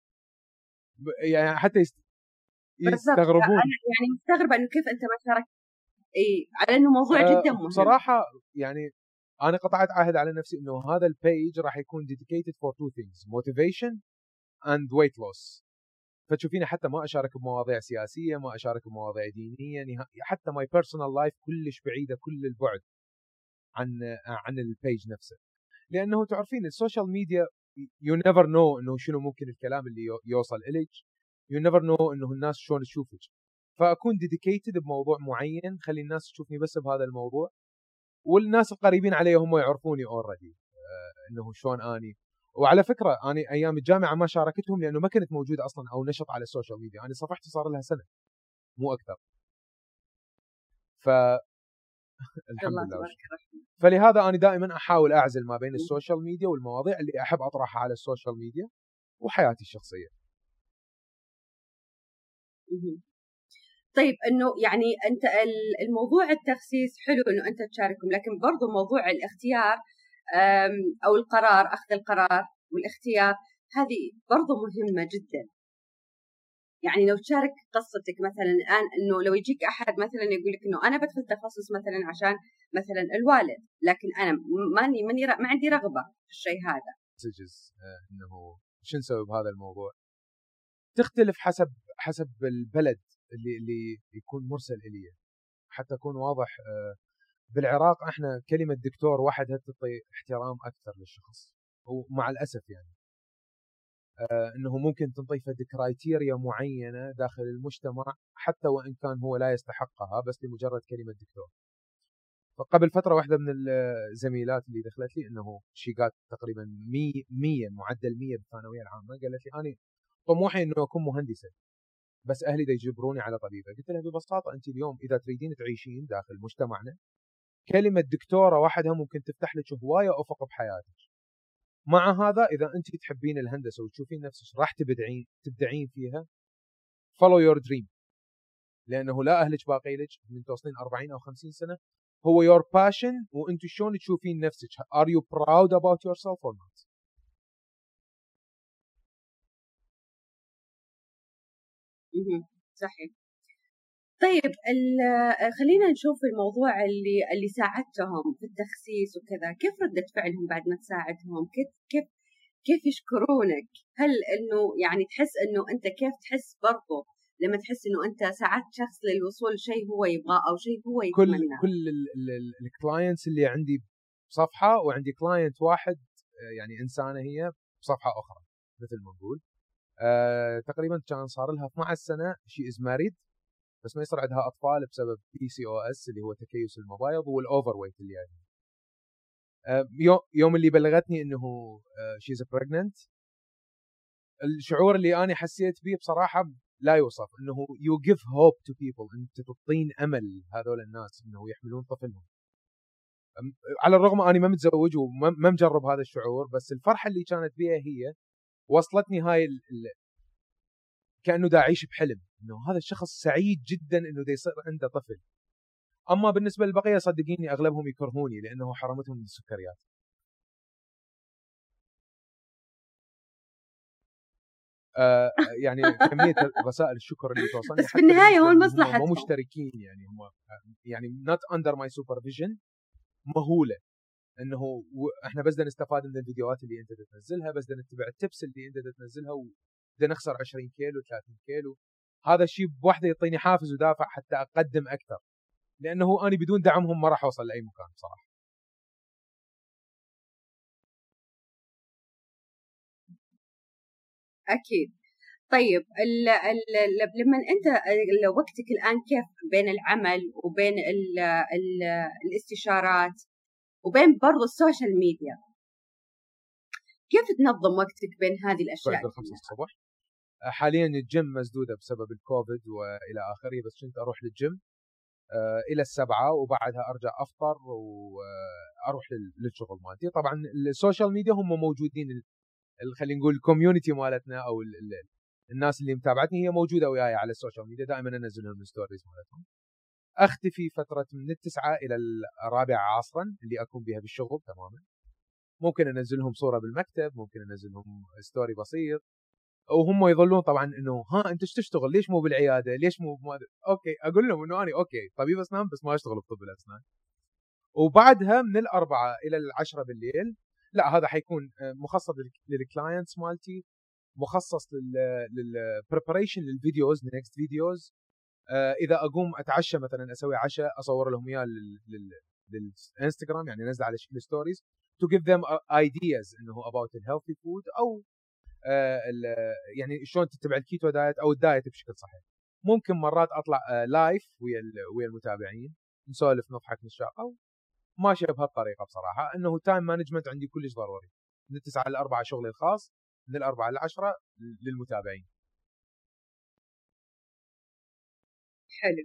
يعني حتى يستغربون. انا يعني مستغربه انه كيف انت ما شاركت على انه موضوع جدا مهم بصراحه. يعني انا قطعت عهد على نفسي انه هذا البيج راح يكون dedicated for two things motivation and weight loss. فتشوفيني حتى ما اشارك بمواضيع سياسيه ما اشارك بمواضيع دينيه حتى my personal life كلش بعيده كل البعد عن البيج نفسه. لانه تعرفين السوشيال ميديا you never know انه شنو ممكن الكلام اللي يوصل إليك. you never know انه الناس شلون تشوفك. فاكون dedicated بموضوع معين خلي الناس تشوفني بس بهذا الموضوع. والناس القريبين علي هم يعرفوني already انه شلون اني. وعلى فكره انا ايام الجامعه ما شاركتهم لانه ما كنت موجود اصلا او نشط على السوشيال ميديا. انا صفحتي صار لها سنه مو اكثر. ف الحمد لله. فلهذا انا دائما احاول اعزل ما بين السوشيال ميديا والمواضيع اللي احب اطرحها على السوشيال ميديا وحياتي الشخصيه. طيب انه يعني انت الموضوع التخسيس حلو انه انت تشاركهم لكن برضو موضوع الاختيار او القرار اخذ القرار والاختيار هذه برضو مهمة جدا. يعني لو تشارك قصتك مثلا الان انه لو يجيك احد مثلا يقول لك انه انا بدخل تخصص مثلا عشان مثلا الوالد لكن انا ما عندي رغبة في الشيء هذا. انه شو نسوي بهذا الموضوع تختلف حسب البلد اللي يكون مرسل إليه. حتى أكون واضح بالعراق احنا كلمة دكتور واحد تعطي احترام أكثر للشخص. ومع الأسف يعني انه ممكن تنطي فد كرايتيريا معينة داخل المجتمع حتى وإن كان هو لا يستحقها بس لمجرد كلمة دكتور. فقبل فترة واحدة من الزميلات اللي دخلت لي انه شيقات تقريبا 100 معدل 100 بالثانوية العامة قالت لي أنا طموحي انه اكون مهندسة بس اهلي دا يجبروني على طبيبه. قلت لها ببساطه انت اليوم اذا تريدين تعيشين داخل مجتمعنا كلمه دكتوره واحده ممكن تفتح لك هوايه افق بحياتك. مع هذا اذا انت تحبين الهندسه وتشوفين نفسك راح تبدعين فيها follow your dream. لانه لا اهلك باقي لك من توصلين 40 او 50 سنه هو your passion وانت شلون تشوفين نفسك. are you proud about yourself or not. صحيح. طيب خلينا نشوف الموضوع اللي ساعدتهم في التخسيس وكذا. كيف ردة فعلهم بعد ما تساعدهم؟ كيف يشكرونك؟ هل انه يعني تحس انه انت كيف تحس برضه لما تحس انه انت ساعدت شخص للوصول لشيء هو يبغاه او شيء هو يتمناه؟ كل الكلاينتس اللي عندي صفحه وعندي كلاينت واحد يعني انسانه هي بصفحه اخرى مثل ما نقول. تقريبا كان صار لها 12 سنه شي از ماريد، بس ما يصير عندها اطفال بسبب PCOS اللي هو تكيس المبايض والاوفر ويت اللي يعني. يوم اللي بلغتني انه شي از بريجننت، الشعور اللي انا حسيت به بصراحه لا يوصف، انه يو جيف هوب تو بيبل، انت تعطين امل هذول الناس انه يحملون طفلهم. على الرغم اني ما متزوج وما مجرب هذا الشعور، بس الفرحه اللي كانت بيها هي وصلتني هاي كانه دا اعيش بحلم، انه هذا الشخص سعيد جدا انه دا يصير عنده طفل. اما بالنسبه للبقيه صدقيني اغلبهم يكرهوني لانه حرمتهم من السكريات. يعني كميه رسائل الشكر اللي توصلني بس في النهايه هو هم مصلحتهم، مشتركين، يعني هم يعني not under my supervision، مهوله انه احنا بس بدنا نستفاد من الفيديوهات اللي انت تنزلها، بس بدنا نتبع التبس اللي انت تنزلها، وبدنا نخسر 20 كيلو 30 كيلو. هذا الشيء بوحده يعطيني حافز ودافع حتى اقدم اكثر، لانه انا بدون دعمهم ما راح اوصل لاي مكان بصراحه. اكيد. طيب لما انت وقتك الان كيف بين العمل وبين الاستشارات وبين برضو السوشيال ميديا، كيف تنظم وقتك بين هذه الاشياء؟ بعد 5 الصبح حاليا الجيم مسدوده بسبب الكوفيد والى اخره، بس كنت اروح للجيم الى 7 وبعدها ارجع افطر واروح للشغل مالتي. طبعا السوشيال ميديا هم موجودين، خلينا نقول الكوميونتي مالتنا او الناس اللي متابعتني هي موجوده وياي على السوشيال ميديا، دائما انزل لهم الستوريز مالتهم. اختفي فتره من 9 الى 4 عصرا اللي اكون بها بالشغل تماما. ممكن انزل لهم صوره بالمكتب، ممكن انزل لهم ستوري بسيط، وهم يظلون طبعا انه ها انت ايش تشتغل؟ ليش مو بالعياده؟ ليش مو اوكي، اقول لهم انه انا اوكي طبيب اسنان بس ما اشتغل بطب الاسنان. وبعدها من 4 الى 10 بالليل لا، هذا حيكون مخصص للكلاينتس مالتي، مخصص للبريباريشن للفيديوز، للنكست فيديوز. اذا اقوم اتعشى مثلا اسوي عشاء اصور لهم اياه للانستغرام، يعني انزل على شكل ستوريز to give them ideas انه about the healthy food، او يعني شلون تتبع الكيتو دايت او الدايت بشكل صحيح. ممكن مرات اطلع لايف ويا المتابعين، نسولف نضحك نتشاقى، ماشيه بهالطريقه بصراحه. انه تايم مانجمنت عندي كلش ضروري، من 9 ل 4 شغلي الخاص، من 4 ل 10 للمتابعين. حلو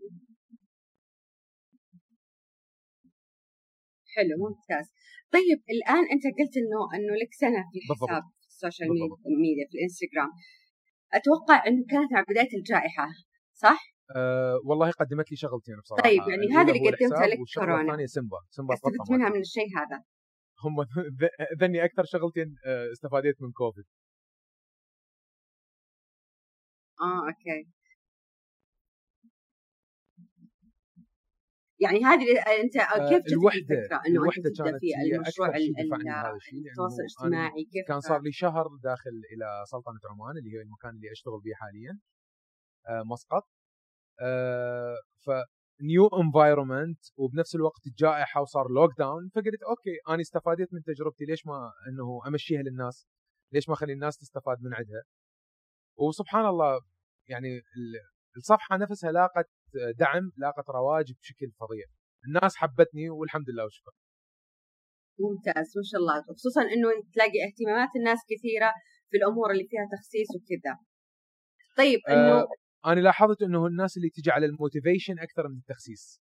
حلو ممتاز. طيب الان انت قلت انه لك سنه في الحساب في السوشيال ميديا في الانستغرام، اتوقع انه كانت مع بدايه الجائحه صح؟ والله قدمت لي شغلتين بصراحه. طيب يعني هذا اللي قدمته لك كورونا، الثانيه سيمبا استفدت منها من الشيء هذا؟ هم ذني اكثر شغلتين استفاديت من كوفيد. اوكي. يعني هذه انت كيف جت الفكره انه انت تبدا في المشروع التواصل الاجتماعي؟ كيف كان صار لي شهر داخل الى سلطنه عمان اللي هي المكان اللي اشتغل به حاليا، مسقط. ف نيو انفايرمنت، وبنفس الوقت الجائحه وصار لوك داون، فقلت اوكي انا استفادت من تجربتي، ليش ما انه امشيها للناس؟ ليش ما اخلي الناس تستفاد من عندها؟ وسبحان الله يعني الصفحه نفسها لاقت دعم، لاقت رواج بشكل فظيع، الناس حبتني والحمد لله والشكر. ممتاز ما شاء الله، خصوصا انه تلاقي اهتمامات الناس كثيره في الامور اللي فيها تخصيص وكذا. طيب انه انا لاحظت انه الناس اللي تجي على الموتيفيشن اكثر من التخسيس،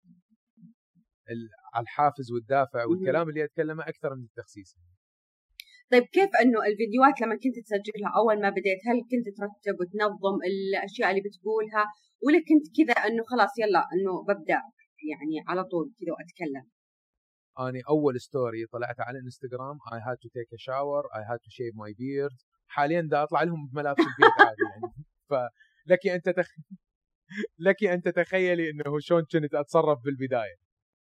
على الحافز والدافع والكلام اللي اتكلمه اكثر من التخسيس. طيب كيف انه الفيديوهات لما كنت تسجلها اول ما بديت، هل كنت ترتب وتنظم الاشياء اللي بتقولها، ولا كنت كذا انه خلاص يلا انه ببدا يعني على طول كذا واتكلم؟ أنا أول ستوري طلعت على الانستغرام I had to take a shower, I had to shave my beard. حاليا دا أطلع لهم بملابس البيت عادي يعني. لك أن تتخيلي إنه شلون كنت أتصرف بالبداية.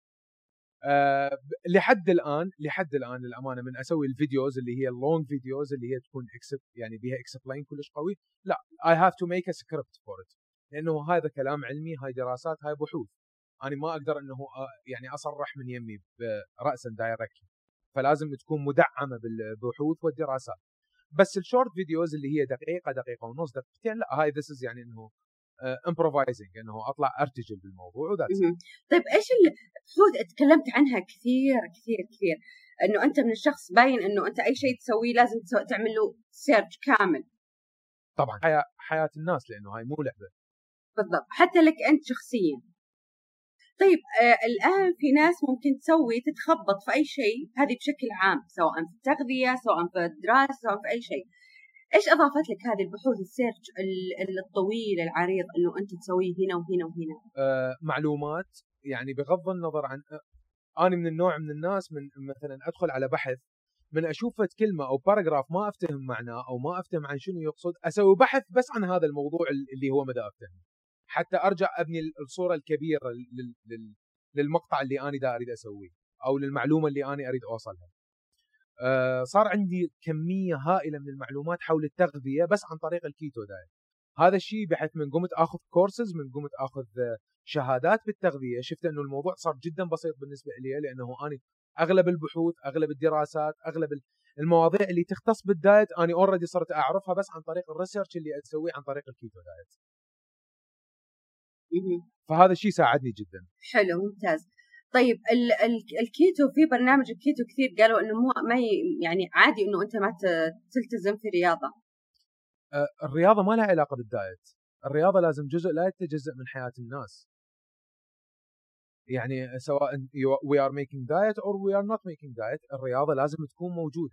لحد الآن للأمانة من أسوي الفيديوز اللي هي اللونج فيديوز اللي هي تكون يعني بيها اكسبلين كلش قوي، لا I have to make a script for it، لأنه هذا كلام علمي، هاي دراسات، هاي بحوث. انا ما اقدر انه يعني اصرح من يمي راسا دايركت، فلازم تكون مدعمه بالبحوث والدراسات. بس الشورت فيديوز اللي هي دقيقه ونص دقيقتين، لا هاي ذس يعني انه امبروفايزنج، انه اطلع ارتجل بالموضوع وذاتس. طيب ايش البحوث تكلمت عنها كثير كثير كثير، انه انت من الشخص باين انه انت اي شيء تسويه لازم تعمل له سيرش كامل. طبعا حياه الناس، لانه هاي مو لعبه. بالضبط، حتى لك انت شخصيا. طيب الان في ناس ممكن تتخبط في اي شيء، هذه بشكل عام سواء في التغذيه سواء في الدراسه سواء في اي شيء. ايش اضافت لك هذه البحوث السيرش الطويل العريض انه انت تسويه هنا وهنا وهنا؟ معلومات، يعني بغض النظر عن انا من النوع من الناس من مثلا ادخل على بحث، من اشوف كلمه او باراجراف ما افتهم معناه او ما افتهم عن شنو يقصد، اسوي بحث بس عن هذا الموضوع اللي هو مدى افتهمه، حتى ارجع ابني الصوره الكبيره للمقطع اللي انا دا اريد اسويه او للمعلومه اللي انا اريد اوصلها. صار عندي كميه هائله من المعلومات حول التغذيه بس عن طريق الكيتو دايت. هذا الشيء بحيث من قمت اخذ كورسز، من قمت اخذ شهادات بالتغذيه، شفت انه الموضوع صار جدا بسيط بالنسبه لي، لانه انا اغلب البحوث، اغلب الدراسات، اغلب المواضيع اللي تختص بالدايت انا اوريدي صرت اعرفها بس عن طريق الريسيرش اللي اسويه عن طريق الكيتو دايت. فهذا الشيء ساعدني جدا. حلو، ممتاز. طيب الكيتو، في برنامج الكيتو كثير قالوا انه ما يعني عادي انه انت ما تلتزم في رياضه. الرياضه ما لها علاقه بالدايت، الرياضه لازم جزء لا يتجزأ من حياه الناس. يعني سواء we are making diet or we are not making diet، الرياضه لازم تكون موجوده.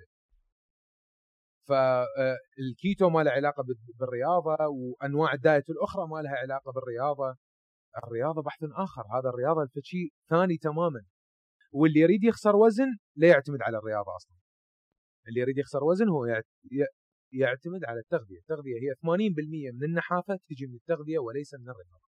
فالكيتو ما له علاقه بالرياضه، وانواع الدايت الاخرى ما لها علاقه بالرياضه. الرياضه بحث اخر، هذا الرياضه شيء ثاني تماما. واللي يريد يخسر وزن لا يعتمد على الرياضه اصلا. اللي يريد يخسر وزن هو يعتمد على التغذيه. التغذيه هي 80% من النحافه تجي من التغذيه وليس من الرياضه.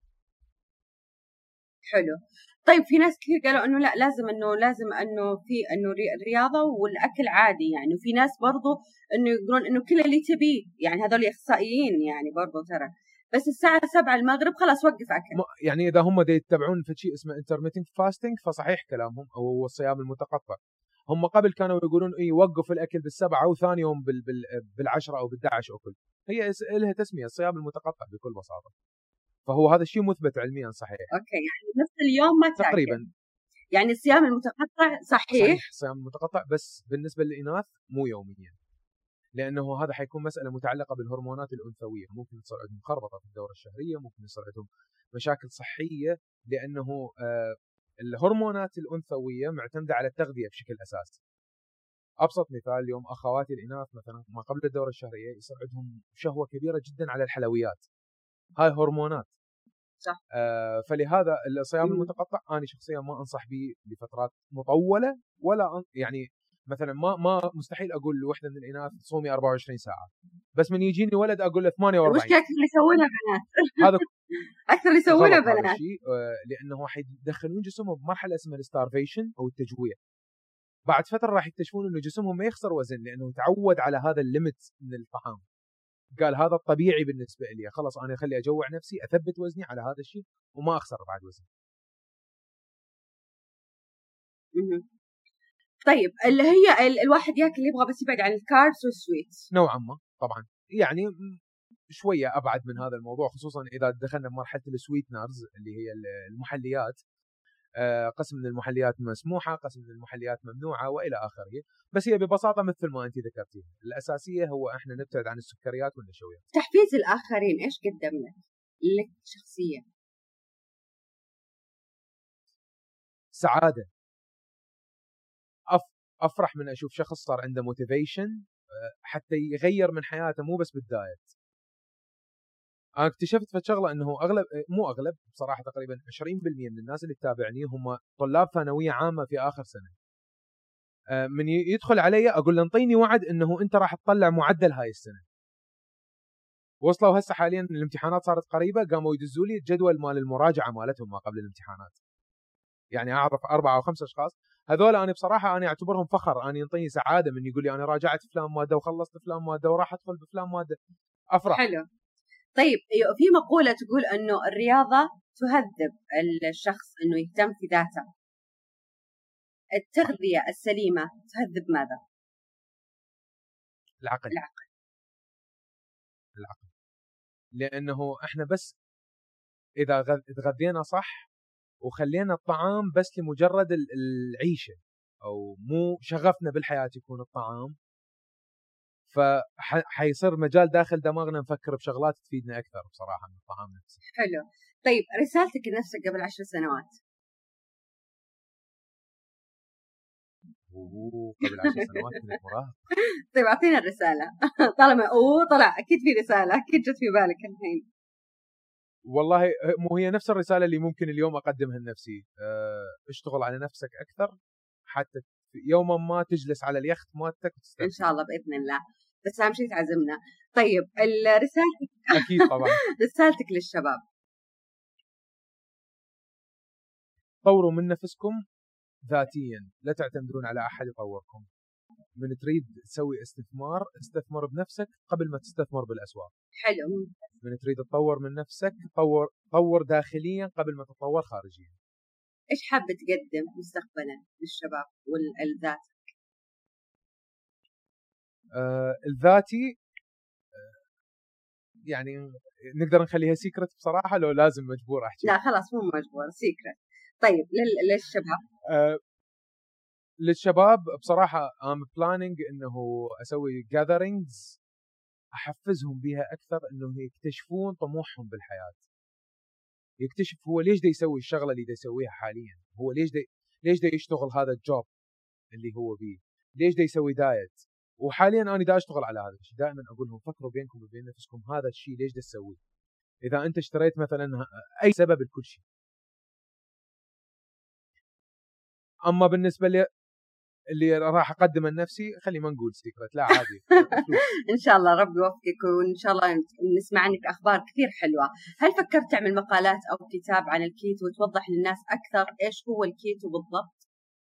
حلو. طيب في ناس كثير قالوا انه لا، لازم انه في انه الرياضه والاكل عادي يعني، وفي ناس برضو انه يقولون انه كل اللي تبيه، يعني هذول اخصائيين يعني برضو ترى، بس الساعه 7 المغرب خلاص وقف اكل. يعني اذا هم يتبعون في شيء اسمه intermittent fasting فصحيح كلامهم، او هو الصيام المتقطع. هم قبل كانوا يقولون وقف الاكل بالسبعه وثاني يوم بالعشره او بال11 اكل. هي لها تسميه الصيام المتقطع بكل بساطه. فهو هذا الشيء مثبت علميا صحيح. اوكي، يعني نفس اليوم ما تاكل تقريبا. يعني الصيام المتقطع صحيح الصيام المتقطع، بس بالنسبه للاناث مو يوميا، لانه هذا حيكون مساله متعلقه بالهرمونات الانثويه، ممكن يصير عندهم خربطه في الدوره الشهريه، ممكن يصير عندهم مشاكل صحيه، لانه الهرمونات الانثويه معتمده على التغذيه بشكل اساسي. ابسط مثال، اليوم اخواتي الاناث مثلا ما قبل الدوره الشهريه يصير عندهم شهوه كبيره جدا على الحلويات، هاي هرمونات. صح. فلهذا الصيام المتقطع انا شخصيا ما انصح به لفترات مطوله، ولا يعني مثلا ما مستحيل اقول لوحده من الاناث صومي 24 ساعه، بس من يجيني ولد اقول له 48. وش اكثر اللي يسوونها بنات؟ هذا اكثر اللي يسوونها بنات، لانه حيدخلون جسمهم بمرحله اسمها الستارفيشن او التجويع. بعد فتره راح يكتشفون انه جسمهم ما يخسر وزن، لانه تعود على هذا الليمت من الطعام. قال هذا الطبيعي بالنسبه لي، خلاص انا اخلي اجوع نفسي، اثبت وزني على هذا الشيء وما اخسر بعد وزن. طيب اللي هي الواحد ياكل يبغى بس يبعد عن الكاربس والسويتس نوعا ما طبعا، يعني شويه ابعد من هذا الموضوع، خصوصا اذا دخلنا بمرحله السويتنرز اللي هي المحليات. قسم من المحليات مسموحه، قسم من المحليات ممنوعه والى اخره. بس هي ببساطه مثل ما انت ذكرتي، الاساسيه هو احنا نبتعد عن السكريات والنشويات. تحفيز الاخرين ايش قدم لك شخصيا؟ سعاده. افرح من اشوف شخص صار عنده موتيفيشن حتى يغير من حياته، مو بس بالدايت. انا اكتشفت في شغله انه مو اغلب بصراحه، تقريبا 20% من الناس اللي تتابعني هم طلاب ثانويه عامه في اخر سنه. من يدخل علي اقول له انطيني وعد انه انت راح تطلع معدل هاي السنه. وصلوا هسه حاليا الامتحانات صارت قريبه، قاموا يدزوا لي الجدول مال المراجعه مالتهم ما قبل الامتحانات. يعني اعرف 4 أو 5 اشخاص، هذول انا بصراحه انا اعتبرهم فخر، انا ينطيني سعاده من يقول لي انا راجعت فلان ماده وخلصت فلان ماده وراح ادخل بفلان ماده. افرح. حلو. طيب في مقوله تقول انه الرياضه تهذب الشخص إنه يهتم في ذاته؟ التغذية السليمة تهذب ماذا؟ العقل. لأنه إحنا بس إذا تغذينا صح وخلينا الطعام بس لمجرد العيشة أو مو شغفنا بالحياة يكون الطعام، فحيصير مجال داخل دماغنا نفكر بشغلات تفيدنا أكثر بصراحة من الطعام نفسه. حلو. طيب رسالتك لنفسك قبل 10 سنوات؟ قبل 10 سنوات كنت مراهق. طيب أعطينا الرسالة. طالما طلع أكيد في رسالة أكيد جت في بالك الحين. والله مو هي نفس الرسالة اللي ممكن اليوم أقدمها لنفسي. اشتغل على نفسك أكثر حتى يوما ما تجلس على اليخت مالتك وتستمتع. إن شاء الله بإذن الله، بس أهم شيء تعزمنا. طيب الرسالة أكيد طبعا. رسالتك للشباب؟ طوروا من نفسكم ذاتيا، لا تعتمدون على أحد يطوركم. من تريد تسوي استثمر بنفسك قبل ما تستثمر بالأسواق. حلو. من تريد تطور من نفسك طور داخليا قبل ما تطور خارجيا. إيش حابة تقدم مستقبلا للشباب والذات؟ الذاتي يعني نقدر نخليها سيكرت بصراحة، لو لازم مجبور أحكي؟ لا خلاص مو مجبور، سيكرت. طيب للشباب؟ للشباب بصراحة I'm planning إنه أسوي gatherings أحفزهم بها أكثر، إنه يكتشفون طموحهم بالحياة، يكتشف هو ليش دا يسوي الشغلة اللي دا يسويها حاليا، هو ليش دا يشتغل هذا الجوب اللي هو بيه، ليش دا يسوي دايت. وحاليا أنا دا أشتغل على هذا الشيء. دائما أقول لهم فكروا بينكم وبين نفسكم هذا الشيء ليش دا تسويه. إذا أنت اشتريت مثلا أي سبب لكل شيء. أما بالنسبة لي اللي راح أقدمه لنفسي خلي ما نقول سيكرت، لا عادي. إن شاء الله ربي يوفقك، وإن شاء الله نسمع عنك أخبار كثير حلوة. هل فكرت تعمل مقالات أو كتاب عن الكيتو وتوضح للناس أكثر إيش هو الكيتو بالضبط؟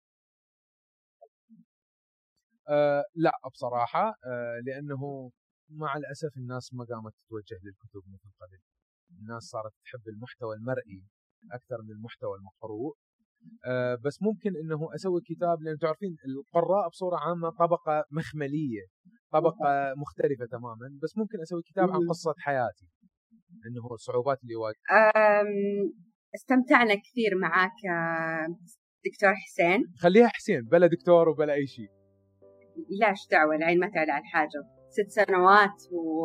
لا بصراحة لأنه مع الأسف الناس ما قامت تتوجه للكتب مثل قبل. الناس صارت تحب المحتوى المرئي أكثر من المحتوى المقروء. بس ممكن إنه أسوي كتاب، لأن تعرفين القراء بصورة عامة طبقة مخملية، طبقة مختلفة تماما. بس ممكن أسوي كتاب عن قصة حياتي، إنه الصعوبات اللي واجهتها. استمتعنا كثير معك دكتور حسين. خليها حسين بلا دكتور وبلا أي شيء. لاش دعوة، العين ما تعلى عن حاجة. 6 سنوات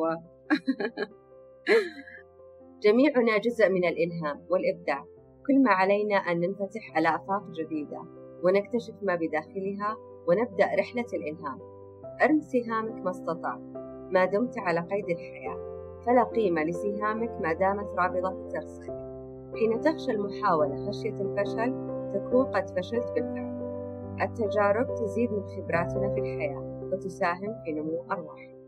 جميعنا جزء من الإلهام والإبداع. كل ما علينا أن ننفتح على آفاق جديدة ونكتشف ما بداخلها ونبدأ رحلة الإلهام. أرم سهامك ما استطعت ما دمت على قيد الحياة، فلا قيمة لسهامك ما دامت رابضة ترسخك. حين تخشى المحاولة خشية الفشل تكون قد فشلت بالفعل. التجارب تزيد من خبراتنا في الحياة وتساهم في نمو أرواحنا.